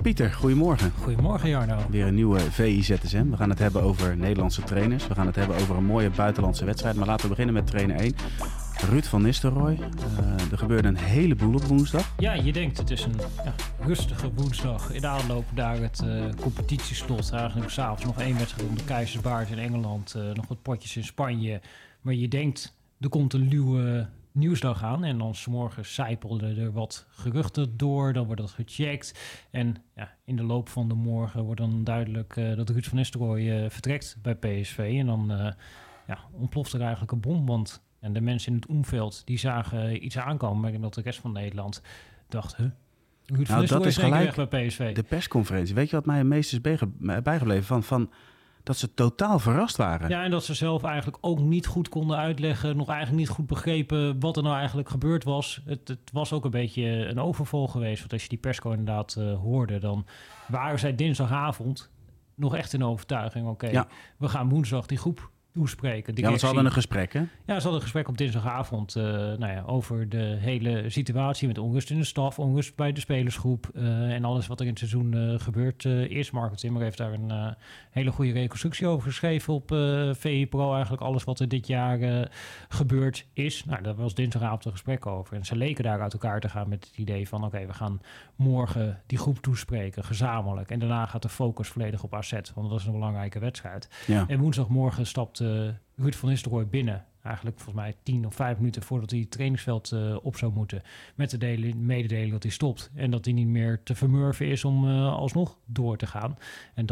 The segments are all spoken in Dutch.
Pieter, goedemorgen. Goedemorgen Jarno. Weer een nieuwe VI-ZSM. We gaan het hebben over Nederlandse trainers. We gaan het hebben over een mooie buitenlandse wedstrijd. Maar laten we beginnen met trainer 1. Ruud van Nistelrooy. Er gebeurde een heleboel op woensdag. Ja, je denkt het is een rustige woensdag. In de aanloop naar het competitieslot. Eigenlijk 's avonds nog 1 wedstrijd om de Keizersbaard in Engeland. Nog wat potjes in Spanje. Maar je denkt, er komt een nieuwe nieuwsdag aan. En dan 's morgens sijpelden er wat geruchten door. Dan wordt dat gecheckt. En in de loop van de morgen wordt dan duidelijk dat Ruud van Nistelrooy vertrekt bij PSV. En dan ontploft er eigenlijk een bom. Want de mensen in het omveld die zagen iets aankomen. Maar ik denk dat de rest van Nederland dacht, Ruud van Nistelrooy is gelijk weg bij PSV. De persconferentie. Weet je wat mij het meest is bijgebleven? Van dat ze totaal verrast waren. Ja, en dat ze zelf eigenlijk ook niet goed konden uitleggen. Nog eigenlijk niet goed begrepen wat er nou eigenlijk gebeurd was. Het was ook een beetje een overval geweest. Want als je die persco inderdaad hoorde, dan waren zij dinsdagavond nog echt in overtuiging. We gaan woensdag die groep toespreken. Want ze hadden een gesprek, hè? Ja, ze hadden een gesprek op dinsdagavond over de hele situatie met onrust in de staf, onrust bij de spelersgroep en alles wat er in het seizoen gebeurt. Eerst Marco Timmer heeft daar een hele goede reconstructie over geschreven op VI Pro. Eigenlijk alles wat er dit jaar gebeurd is. Nou, daar was dinsdagavond een gesprek over. En ze leken daar uit elkaar te gaan met het idee van we gaan morgen die groep toespreken, gezamenlijk. En daarna gaat de focus volledig op AZ, want dat is een belangrijke wedstrijd. Ja. En woensdagmorgen stapt Ruud van Nistelrooy binnen. Eigenlijk volgens mij 10 of 5 minuten voordat hij het trainingsveld op zou moeten. Met de mededeling dat hij stopt. En dat hij niet meer te vermurven is om alsnog door te gaan. En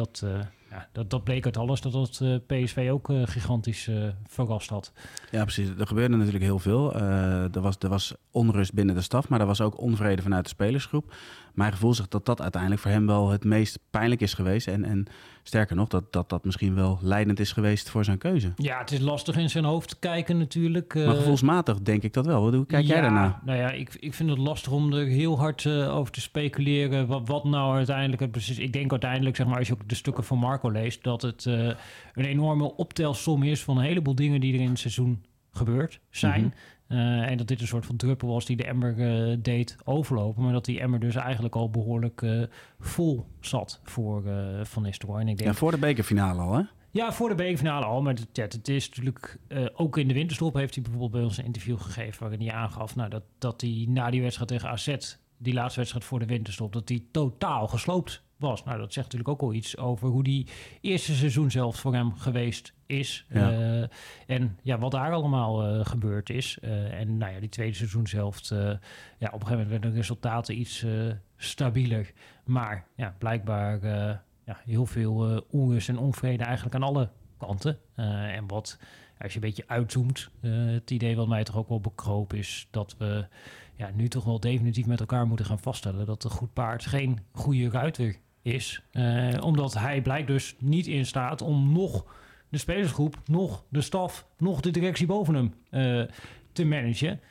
dat bleek uit alles dat PSV ook gigantisch verrast had. Ja, precies. Er gebeurde natuurlijk heel veel. Er was onrust binnen de staf, maar er was ook onvrede vanuit de spelersgroep. Mijn gevoel zegt dat uiteindelijk voor hem wel het meest pijnlijk is geweest. En sterker nog, dat misschien wel leidend is geweest voor zijn keuze. Ja, het is lastig in zijn hoofd te kijken natuurlijk. Maar gevoelsmatig denk ik dat wel. Hoe kijk jij daarna? Nou ja, ik vind het lastig om er heel hard over te speculeren. Wat nou uiteindelijk precies. Ik denk uiteindelijk, zeg maar, als je ook de stukken van Marco leest, dat het een enorme optelsom is van een heleboel dingen die er in het seizoen gebeurd zijn. Mm-hmm. En dat dit een soort van druppel was die de emmer deed overlopen. Maar dat die emmer dus eigenlijk al behoorlijk vol zat voor Van Nistelrooy. En ik denk, voor de bekerfinale al, hè? Ja, voor de bekerfinale al. Maar het is natuurlijk ook in de winterstop heeft hij bijvoorbeeld bij ons een interview gegeven waarin hij aangaf dat hij na die wedstrijd tegen AZ, die laatste wedstrijd voor de winterstop, dat hij totaal gesloopt was. Nou, dat zegt natuurlijk ook al iets over hoe die eerste seizoen zelf voor hem geweest is. Ja. En wat daar allemaal gebeurd is. Die tweede seizoen zelf, op een gegeven moment werden de resultaten iets stabieler. Maar blijkbaar heel veel onrust en onvrede eigenlijk aan alle kanten. En wat, als je een beetje uitzoomt, het idee wat mij toch ook wel bekroop is dat we nu toch wel definitief met elkaar moeten gaan vaststellen dat een goed paard geen goede ruiter is. Omdat hij blijkt dus niet in staat om nog de spelersgroep, nog de staf, nog de directie boven hem te managen.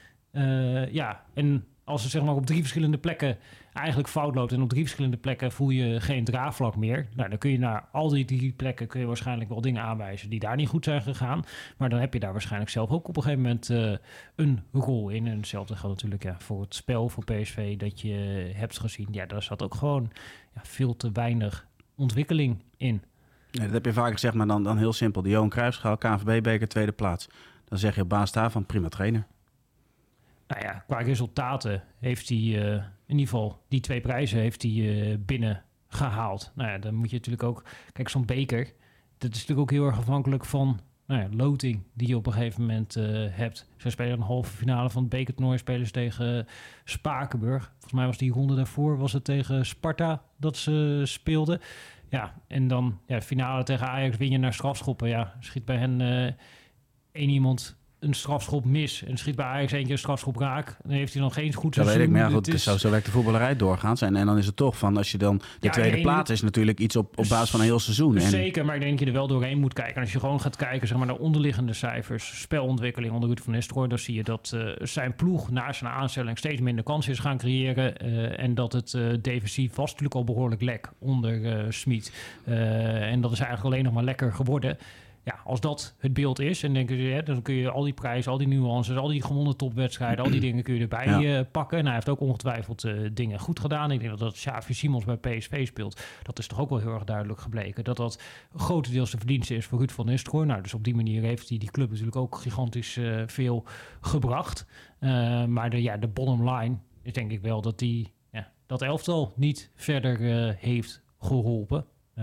En als het zeg maar op 3 verschillende plekken eigenlijk fout loopt en op 3 verschillende plekken voel je geen draagvlak meer, dan kun je naar al die 3 plekken kun je waarschijnlijk wel dingen aanwijzen die daar niet goed zijn gegaan. Maar dan heb je daar waarschijnlijk zelf ook op een gegeven moment een rol in. En hetzelfde geldt natuurlijk voor het spel voor PSV dat je hebt gezien. Ja, daar zat ook gewoon veel te weinig ontwikkeling in. Ja, dat heb je vaak gezegd, maar dan heel simpel. De Johan Cruijffschaal, KNVB-beker, tweede plaats. Dan zeg je op basis daarvan prima trainer. Nou ja, qua resultaten heeft hij in ieder geval die 2 prijzen heeft hij binnengehaald. Nou ja, dan moet je natuurlijk ook, kijk, zo'n beker, dat is natuurlijk ook heel erg afhankelijk van loting die je op een gegeven moment hebt. Zij spelen een halve finale van het bekertoernooi, spelen ze tegen Spakenburg. Volgens mij was die ronde daarvoor, was het tegen Sparta dat ze speelden. Ja, en dan finale tegen Ajax win je naar strafschoppen. Ja, schiet bij hen 1 iemand een strafschop mis en schiet bij Ajax 1 keer een strafschop raak. Dan heeft hij dan geen goed seizoen. Dat weet ik, maar goed, zo werkt de voetballerij doorgaans. En dan is het toch van, als je dan de tweede plaats is natuurlijk iets op basis van een heel seizoen. Zeker, maar ik denk dat je er wel doorheen moet kijken. En als je gewoon gaat kijken zeg maar, naar onderliggende cijfers, spelontwikkeling onder Ruud van Nistelrooy, dan zie je dat zijn ploeg na zijn aanstelling steeds minder kansen is gaan creëren. En dat het defensief was natuurlijk al behoorlijk lek onder Smit. En dat is eigenlijk alleen nog maar lekker geworden. als dat het beeld is, en dan kun je al die prijzen, al die nuances, al die gewonnen topwedstrijden, al die dingen kun je erbij pakken. En hij heeft ook ongetwijfeld dingen goed gedaan. Ik denk dat Xavi Simons bij PSV speelt. Dat is toch ook wel heel erg duidelijk gebleken. Dat grotendeels de verdienste is voor Ruud van Nistelrooy. Nou, dus op die manier heeft hij die club natuurlijk ook gigantisch veel gebracht. Maar de bottom line is denk ik wel dat dat elftal niet verder heeft geholpen.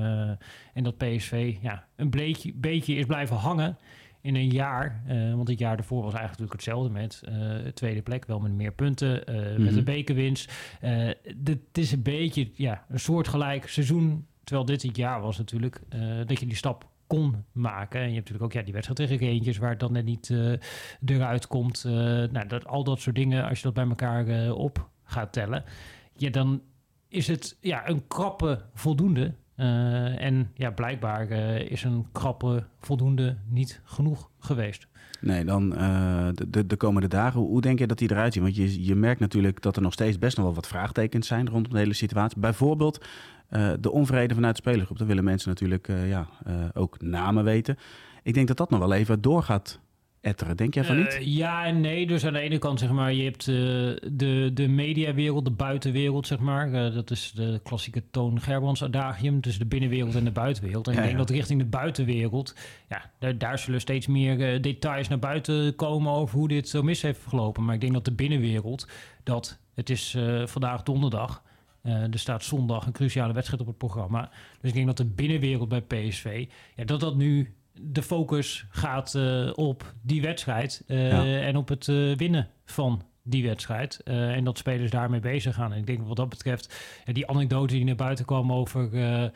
En dat PSV een beetje is blijven hangen in een jaar. Want het jaar daarvoor was eigenlijk hetzelfde met tweede plek. Wel met meer punten, met een bekerwinst. Het is een beetje een soortgelijk seizoen. Terwijl dit het jaar was natuurlijk dat je die stap kon maken. En je hebt natuurlijk ook die wedstrijd tegen Rangers waar het dan net niet eruit komt. Al dat soort dingen, als je dat bij elkaar op gaat tellen, dan is het een krappe voldoende. En blijkbaar is een krappe voldoende niet genoeg geweest. Nee, dan de komende dagen, hoe denk je dat die eruit ziet? Want je merkt natuurlijk dat er nog steeds best nog wel wat vraagtekens zijn rondom de hele situatie. Bijvoorbeeld de onvrede vanuit de spelergroep. Dan willen mensen natuurlijk ook namen weten. Ik denk dat dat nog wel even doorgaat etteren. Denk jij van niet? Ja en nee. Dus aan de ene kant, zeg maar, je hebt de mediawereld, de buitenwereld, zeg maar. Dat is de klassieke Toon Gerbrands adagium tussen de binnenwereld en de buitenwereld. En ik denk dat richting de buitenwereld, daar zullen steeds meer details naar buiten komen over hoe dit zo mis heeft gelopen. Maar ik denk dat de binnenwereld, het is vandaag donderdag, er staat zondag een cruciale wedstrijd op het programma. Dus ik denk dat de binnenwereld bij PSV, dat nu de focus gaat op die wedstrijd en op het winnen van die wedstrijd. En dat spelers daarmee bezig gaan. En ik denk wat dat betreft, die anekdote die naar buiten kwam over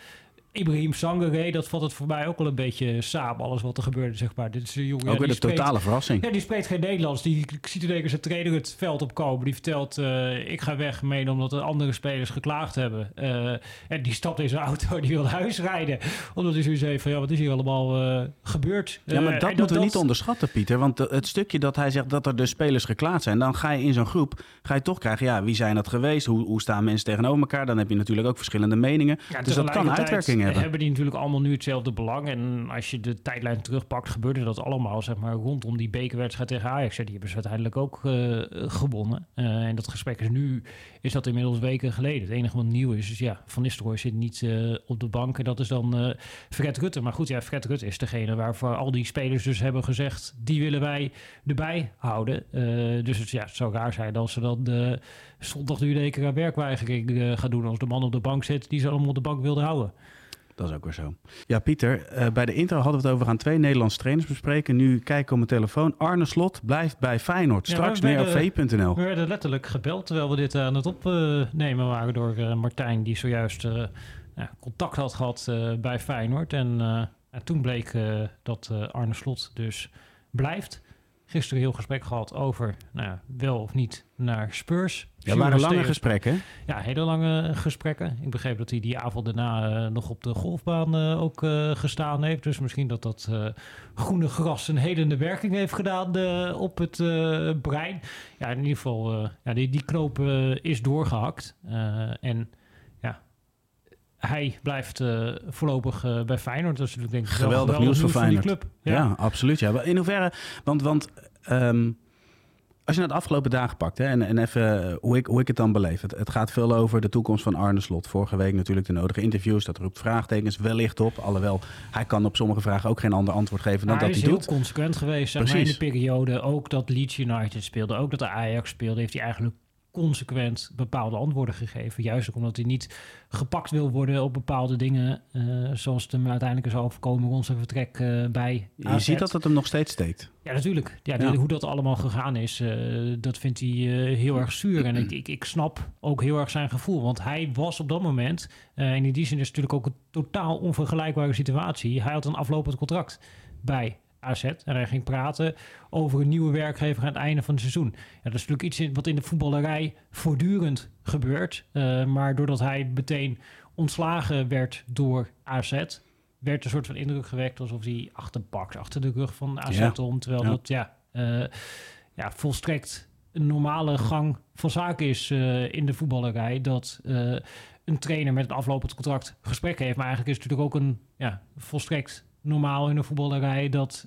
Ibrahim Sangaré, dat valt het voor mij ook wel een beetje samen, alles wat er gebeurde, zeg maar. Dit is een jongen, ook weer een totale verrassing. Ja, die spreekt geen Nederlands. Die ziet in één keer zijn trainer het veld opkomen. Die vertelt, ik ga weg, mede omdat de andere spelers geklaagd hebben. En die stapt in zijn auto en die wil naar huis rijden. Omdat hij zoiets heeft van, wat is hier allemaal gebeurd? Ja, maar dat moeten we niet onderschatten, Pieter. Want het stukje dat hij zegt dat er dus spelers geklaagd zijn, dan ga je in zo'n groep, toch krijgen, wie zijn dat geweest? Hoe staan mensen tegenover elkaar? Dan heb je natuurlijk ook verschillende meningen. Ja, dus dat kan uitwerking hebben die natuurlijk allemaal nu hetzelfde belang. En als je de tijdlijn terugpakt, gebeurde dat allemaal, zeg maar, rondom die bekerwedstrijd tegen Ajax. Die hebben ze uiteindelijk ook gewonnen. En dat gesprek is dat inmiddels weken geleden. Het enige wat nieuw is, Van Nistelrooy zit niet op de bank. En dat is dan Fred Rutte. Maar goed, Fred Rutte is degene waarvoor al die spelers dus hebben gezegd, die willen wij erbij houden. Dus het zou raar zijn als ze dan zondag nu de keer aan werkweigering gaan doen als de man op de bank zit die ze allemaal op de bank wilden houden. Dat is ook weer zo. Ja, Pieter, bij de intro hadden we het over, we gaan 2 Nederlandse trainers bespreken. Nu kijk ik op mijn telefoon. Arne Slot blijft bij Feyenoord. Straks meer op v.nl. We werden letterlijk gebeld terwijl we dit aan het opnemen waren door Martijn, die zojuist contact had gehad bij Feyenoord. En toen bleek dat Arne Slot dus blijft. Gisteren heel gesprek gehad over wel of niet naar Spurs. Ja, waren lange gesprekken. Ja, hele lange gesprekken. Ik begreep dat hij die avond daarna nog op de golfbaan ook gestaan heeft. Dus misschien dat groene gras een helende werking heeft gedaan op het brein. Ja, in ieder geval, die knoop is doorgehakt. En hij blijft voorlopig bij Feyenoord. Dat is natuurlijk denk ik geweldig nieuws voor Feyenoord. Die club. Ja, absoluut. Ja. In hoeverre, want als je naar de afgelopen dagen pakt en even hoe ik het dan beleef. Het gaat veel over de toekomst van Arne Slot. Vorige week natuurlijk de nodige interviews. Dat roept vraagtekens wellicht op. Alhoewel, hij kan op sommige vragen ook geen ander antwoord geven dan dat hij doet. Hij is heel consequent geweest. Zeg maar, in de periode ook dat Leeds United speelde. Ook dat de Ajax speelde. Heeft hij eigenlijk consequent bepaalde antwoorden gegeven. Juist ook omdat hij niet gepakt wil worden op bepaalde dingen, zoals het hem uiteindelijk is overkomen rond zijn vertrek bij AZ. Je ziet dat het hem nog steeds steekt. Ja, natuurlijk. Ja. Hoe dat allemaal gegaan is, dat vindt hij heel erg zuur. En ik snap ook heel erg zijn gevoel. Want hij was op dat moment, en in die zin is het natuurlijk ook een totaal onvergelijkbare situatie. Hij had een aflopend contract bij AZ. En hij ging praten over een nieuwe werkgever aan het einde van het seizoen. Ja, dat is natuurlijk iets wat in de voetballerij voortdurend gebeurt. Maar doordat hij meteen ontslagen werd door AZ, werd een soort van indruk gewekt alsof hij achter de rug van AZ om. Terwijl dat volstrekt een normale gang van zaken is in de voetballerij. Dat een trainer met een aflopend contract gesprek heeft. Maar eigenlijk is het natuurlijk ook een volstrekt normaal in de voetballerij dat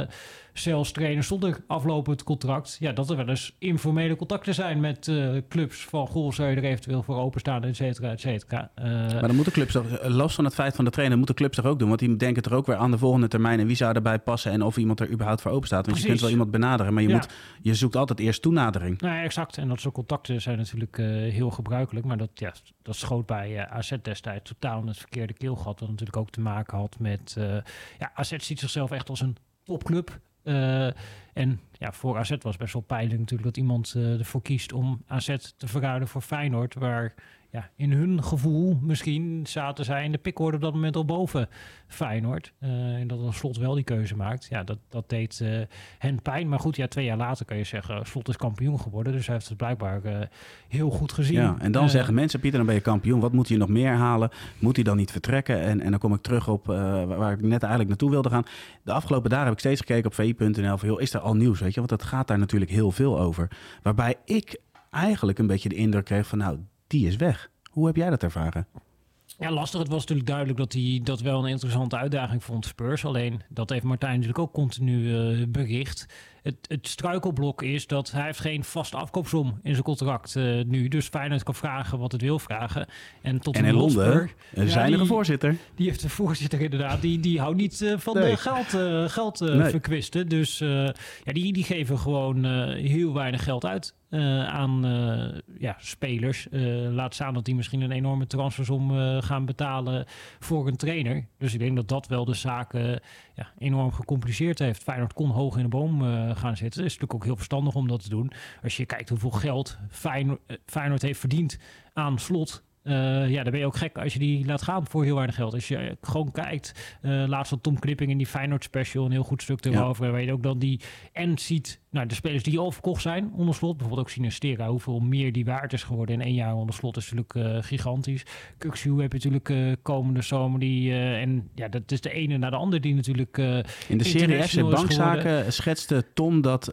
zelfs trainers zonder aflopend contract, dat er wel eens informele contacten zijn met clubs van goh, zou je er eventueel voor openstaan, et cetera, et cetera. Maar dan moeten clubs toch, los van het feit van de trainer, moeten clubs toch ook doen, want die denken er ook weer aan de volgende termijn en wie zou erbij passen en of iemand er überhaupt voor open staat. Want je kunt wel iemand benaderen, maar je zoekt altijd eerst toenadering. Nou, exact. En dat soort contacten zijn natuurlijk heel gebruikelijk, maar dat schoot bij AZ destijds totaal in het verkeerde keelgat, wat natuurlijk ook te maken had met AZ ziet zichzelf echt als een topclub. En voor AZ was best wel pijnlijk natuurlijk dat iemand ervoor kiest om AZ te verruilen voor Feyenoord, waar in hun gevoel misschien zaten zij in de pickorde op dat moment al boven Feyenoord. En dat dan Slot wel die keuze maakt. Ja, dat deed hen pijn. Maar goed, 2 jaar later kan je zeggen, Slot is kampioen geworden. Dus hij heeft het blijkbaar heel goed gezien. Ja, en dan zeggen mensen, Pieter, dan ben je kampioen. Wat moet hij nog meer halen? Moet hij dan niet vertrekken? En dan kom ik terug op waar ik net eigenlijk naartoe wilde gaan. De afgelopen dagen heb ik steeds gekeken op vi.nl van, is er al nieuws, weet je? Want dat gaat daar natuurlijk heel veel over. Waarbij ik eigenlijk een beetje de indruk kreeg van, die is weg. Hoe heb jij dat ervaren? Ja, lastig. Het was natuurlijk duidelijk dat hij dat wel een interessante uitdaging vond, Spurs. Alleen, dat heeft Martijn natuurlijk ook continu bericht. Het struikelblok is dat hij heeft geen vaste afkoopsom in zijn contract nu. Dus Feyenoord kan vragen wat het wil vragen. En in Londen zijn er een voorzitter. Die heeft een voorzitter inderdaad. Die houdt niet van de geld verkwisten. Dus die geven gewoon heel weinig geld uit aan spelers. Laat staan dat die misschien een enorme transfersom gaan betalen voor een trainer. Dus ik denk dat dat wel de zaken enorm gecompliceerd heeft. Feyenoord kon hoog in de boom gaan zitten. Het is natuurlijk ook heel verstandig om dat te doen. Als je kijkt hoeveel geld Feyenoord heeft verdiend aan Slot. Dan ben je ook gek als je die laat gaan voor heel weinig geld. Als je gewoon kijkt, laatst van Tom Knipping in die Feyenoord special, een heel goed stuk erover. Waar je ook dan die en ziet, de spelers die al verkocht zijn onder Slot. Bijvoorbeeld ook Sinistera, hoeveel meer die waard is geworden in 1 jaar onder Slot is natuurlijk gigantisch. Kukshu heb je natuurlijk komende zomer. Dat is de ene na de ander die natuurlijk in de serie FC Bankzaken schetste Tom dat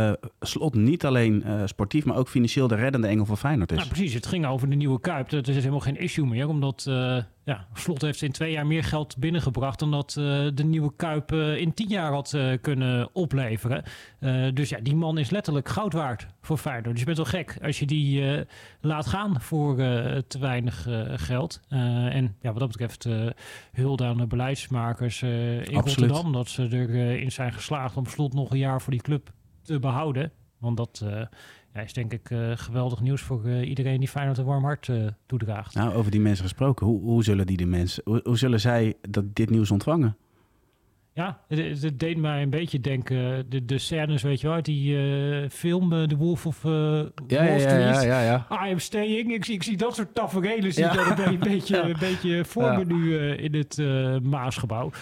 Slot niet alleen sportief, maar ook financieel de reddende engel van Feyenoord is. Nou, precies, het ging over de nieuwe Kuip. Dat is helemaal geen issue meer, omdat Slot heeft in 2 jaar meer geld binnengebracht dan dat de nieuwe Kuip in 10 jaar had kunnen opleveren. Dus die man is letterlijk goud waard voor Feyenoord. Dus je bent wel gek als je die laat gaan voor te weinig geld. En wat dat betreft hulde aan de beleidsmakers in Rotterdam, dat ze erin zijn geslaagd om Slot nog een jaar voor die club te behouden. Want dat is denk ik geweldig nieuws voor iedereen die Feyenoord een warm hart toedraagt. Nou, over die mensen gesproken. Hoe zullen die de mensen, hoe zullen zij dit nieuws ontvangen? Ja, het deed mij een beetje denken, de scènes, weet je wel, uit die film The Wolf of Wall Street. Ja. I am staying. Ik zie dat soort taferelen een beetje voor me nu in het Maasgebouw.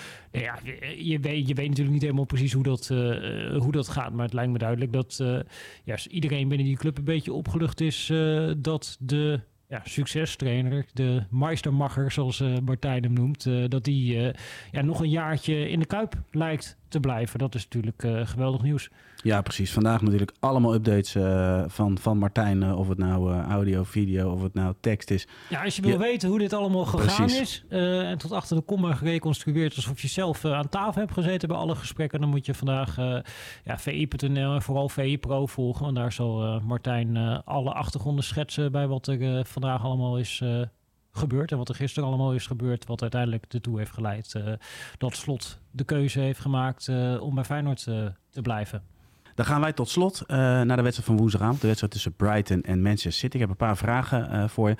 Je weet natuurlijk niet helemaal precies hoe dat gaat, maar het lijkt me duidelijk dat iedereen binnen die club een beetje opgelucht is dat de succestrainer, de Meistermacher, zoals Martijn hem noemt, dat die nog een jaartje in de Kuip lijkt te blijven. Dat is natuurlijk geweldig nieuws. Ja, precies. Vandaag natuurlijk allemaal updates van Martijn, of het nou audio, video, of het nou tekst is. Ja, als je wil weten hoe dit allemaal gegaan is en tot achter de komma gereconstrueerd alsof je zelf aan tafel hebt gezeten bij alle gesprekken, dan moet je vandaag VI.nl en vooral VI Pro volgen. Want daar zal Martijn alle achtergronden schetsen bij wat er vandaag allemaal is gebeurd en wat er gisteren allemaal is gebeurd, wat uiteindelijk ertoe heeft geleid dat Slot de keuze heeft gemaakt om bij Feyenoord te blijven. Dan gaan wij tot slot naar de wedstrijd van woensdagavond. De wedstrijd tussen Brighton en Manchester City. Ik heb een paar vragen voor je.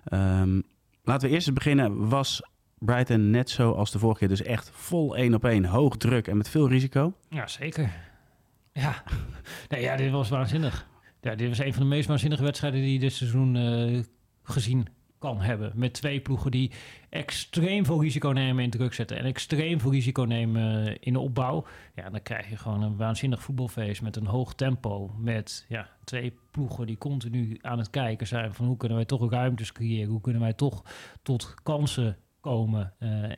Laten we eerst eens beginnen. Was Brighton net zo als de vorige keer? Dus echt vol 1-op-1, hoog druk en met veel risico? Ja, zeker. Ja, dit was waanzinnig. Ja, dit was een van de meest waanzinnige wedstrijden die dit seizoen gezien kan hebben. Met 2 ploegen die extreem veel risico nemen in druk zetten en extreem veel risico nemen in de opbouw. Ja, dan krijg je gewoon een waanzinnig voetbalfeest met een hoog tempo. Met 2 ploegen die continu aan het kijken zijn van hoe kunnen wij toch ruimtes creëren, hoe kunnen wij toch tot kansen komen.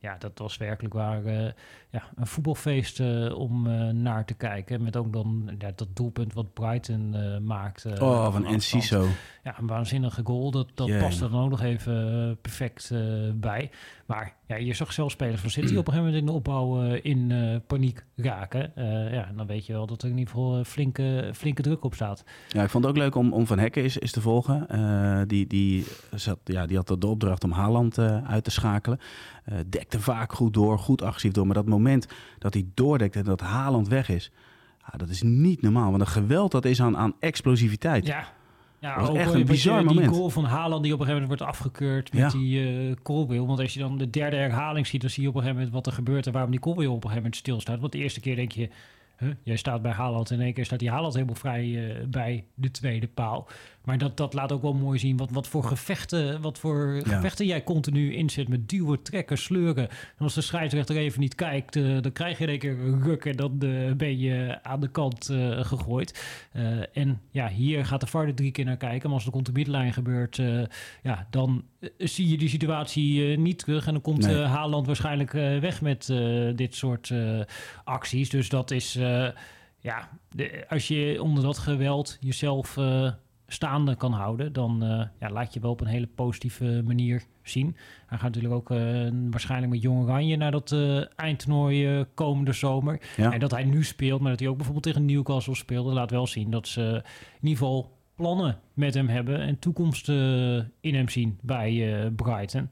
ja, dat was werkelijk waar een voetbalfeest om naar te kijken. Met ook dan dat doelpunt wat Brighton maakte. Van Enciso. Ja, een waanzinnige goal. Dat past er dan ook nog even perfect bij. Maar ja, je zag zelfs spelers van City op een gegeven moment in de opbouw in paniek raken. En dan weet je wel dat er in ieder geval flinke druk op staat. Ja, ik vond het ook leuk om Van Hekken is te volgen. Die had de opdracht om Haaland uit te schakelen. Dekte vaak goed door, goed agressief door. Maar dat moment dat hij doordekt en dat Haaland weg is, dat is niet normaal. Want een geweld dat is aan explosiviteit. Ja, dat was ook echt een bizar moment. Die goal van Haaland die op een gegeven moment wordt afgekeurd met die koolwil. Want als je dan de derde herhaling ziet, dan zie je op een gegeven moment wat er gebeurt en waarom die koolwil op een gegeven moment stilstaat. Want de eerste keer denk je, jij staat bij Haaland en in één keer staat die Haaland helemaal vrij bij de tweede paal. Maar dat laat ook wel mooi zien wat voor gevechten jij continu inzet met duwen, trekken, sleuren. En als de scheidsrechter even niet kijkt, dan krijg je in één keer een ruk en dan ben je aan de kant gegooid. En ja, hier gaat de VAR er 3 keer naar kijken. Maar als het op de midlijn gebeurt, dan zie je die situatie niet terug. En dan komt Haaland waarschijnlijk weg met dit soort acties. Dus dat is, als je onder dat geweld jezelf staande kan houden, dan laat je wel op een hele positieve manier zien. Hij gaat natuurlijk ook waarschijnlijk met Jong Oranje naar dat eindtoernooi komende zomer. Ja. En dat hij nu speelt, maar dat hij ook bijvoorbeeld tegen Newcastle speelde, laat wel zien dat ze in ieder geval plannen met hem hebben en toekomst in hem zien bij Brighton.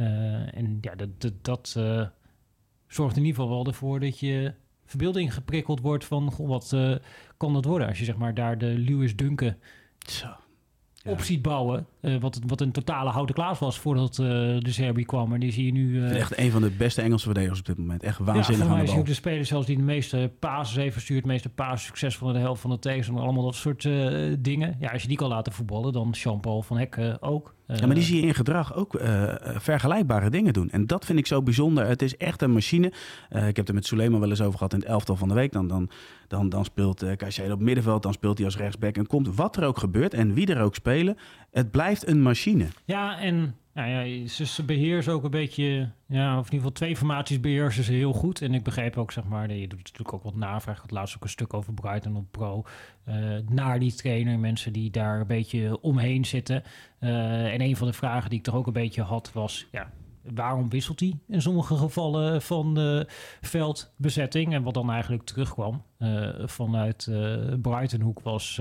Dat zorgt in ieder geval wel ervoor dat je verbeelding geprikkeld wordt van wat kan dat worden als je zeg maar daar de Lewis Duncan op ziet bouwen. Wat een totale houten klaas was voordat de Serbië kwam. Maar die zie je nu echt een van de beste Engelse verdedigers op dit moment. Echt waanzinnig aan de bal. Voor mij zie je ook de speler zelfs die de meeste passes heeft verstuurd. De meeste passes succesvol in de helft van de tegenstander. Allemaal dat soort dingen. Ja, als je die kan laten voetballen, dan Jean-Paul van Hekken ook. Maar die zie je in gedrag ook vergelijkbare dingen doen. En dat vind ik zo bijzonder. Het is echt een machine. Ik heb het er met Suleiman wel eens over gehad in het elftal van de week. Dan speelt Caicedo op middenveld, dan speelt hij als rechtsback. En komt wat er ook gebeurt en wie er ook spelen, het blijft een machine. Ja, en ze beheersen ook een beetje, of in ieder geval 2 formaties beheersen ze heel goed. En ik begreep ook, zeg maar, je doet natuurlijk ook wat navraag. Ik had laatst ook een stuk over Brighton op Pro. Naar die trainer, mensen die daar een beetje omheen zitten. En een van de vragen die ik toch ook een beetje had was, waarom wisselt hij in sommige gevallen van de veldbezetting? En wat dan eigenlijk terugkwam vanuit Brighton-hoek was,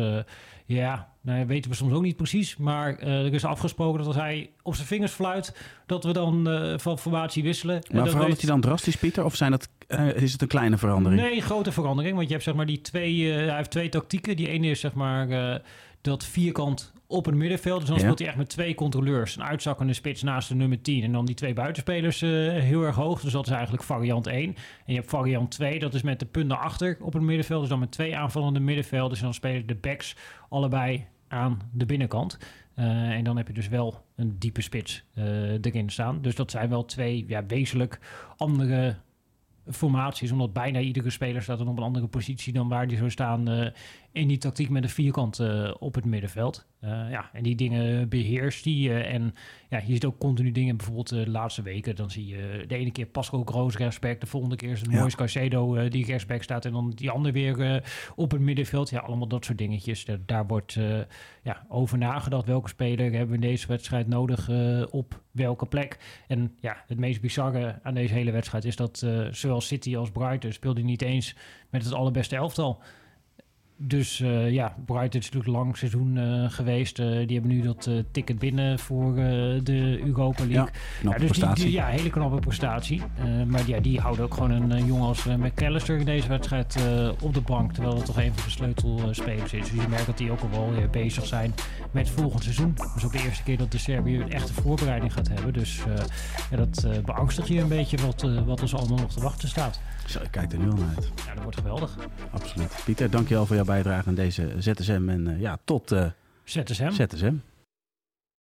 weten we soms ook niet precies. Maar er is afgesproken dat als hij op zijn vingers fluit, dat we dan van formatie wisselen. Maar verandert hij dan drastisch, Pieter? Of is het een kleine verandering? Nee, grote verandering. Want je hebt zeg maar hij heeft 2 tactieken. Die ene is zeg maar dat vierkant op het middenveld. Dus dan speelt hij echt met 2 controleurs. Een uitzakkende spits naast de nummer 10. En dan die 2 buitenspelers heel erg hoog. Dus dat is eigenlijk variant 1. En je hebt variant 2. Dat is met de punt naar achter op het middenveld. Dus dan met 2 aanvallende middenvelders. En dan spelen de backs allebei aan de binnenkant. En dan heb je dus wel een diepe spits erin staan. Dus dat zijn wel 2 wezenlijk andere formaties, omdat bijna iedere speler staat dan op een andere positie dan waar die zou staan in die tactiek met een vierkant op het middenveld. En die dingen beheerst die. En je ziet ook continu dingen, bijvoorbeeld de laatste weken, dan zie je de ene keer Pascal Gross rechtsback, de volgende keer is het Moise Caicedo die rechtsback staat en dan die ander weer op het middenveld. Ja, allemaal dat soort dingetjes. Daar wordt over nagedacht. Welke speler hebben we in deze wedstrijd nodig op welke plek? En het meest bizarre aan deze hele wedstrijd is dat zowel City als Brighton speelden niet eens met het allerbeste elftal. Dus Brighton is natuurlijk een lang seizoen geweest. Die hebben nu dat ticket binnen voor de Europa League. Knappe prestatie. Hele knappe prestatie. Maar die houden ook gewoon een jongen als McAllister in deze wedstrijd op de bank. Terwijl het toch een van de sleutelspelers is. Dus je merkt dat die ook al wel bezig zijn met het volgende seizoen. Dat is ook de eerste keer dat de Serbië een echte voorbereiding gaat hebben. Dus dat beangstigt je een beetje wat ons allemaal nog te wachten staat. Zo, ik kijk er nu al naar uit. Ja, dat wordt geweldig. Absoluut. Pieter, dankjewel voor jouw bijdrage aan deze ZSM. En tot ZSM. ZSM.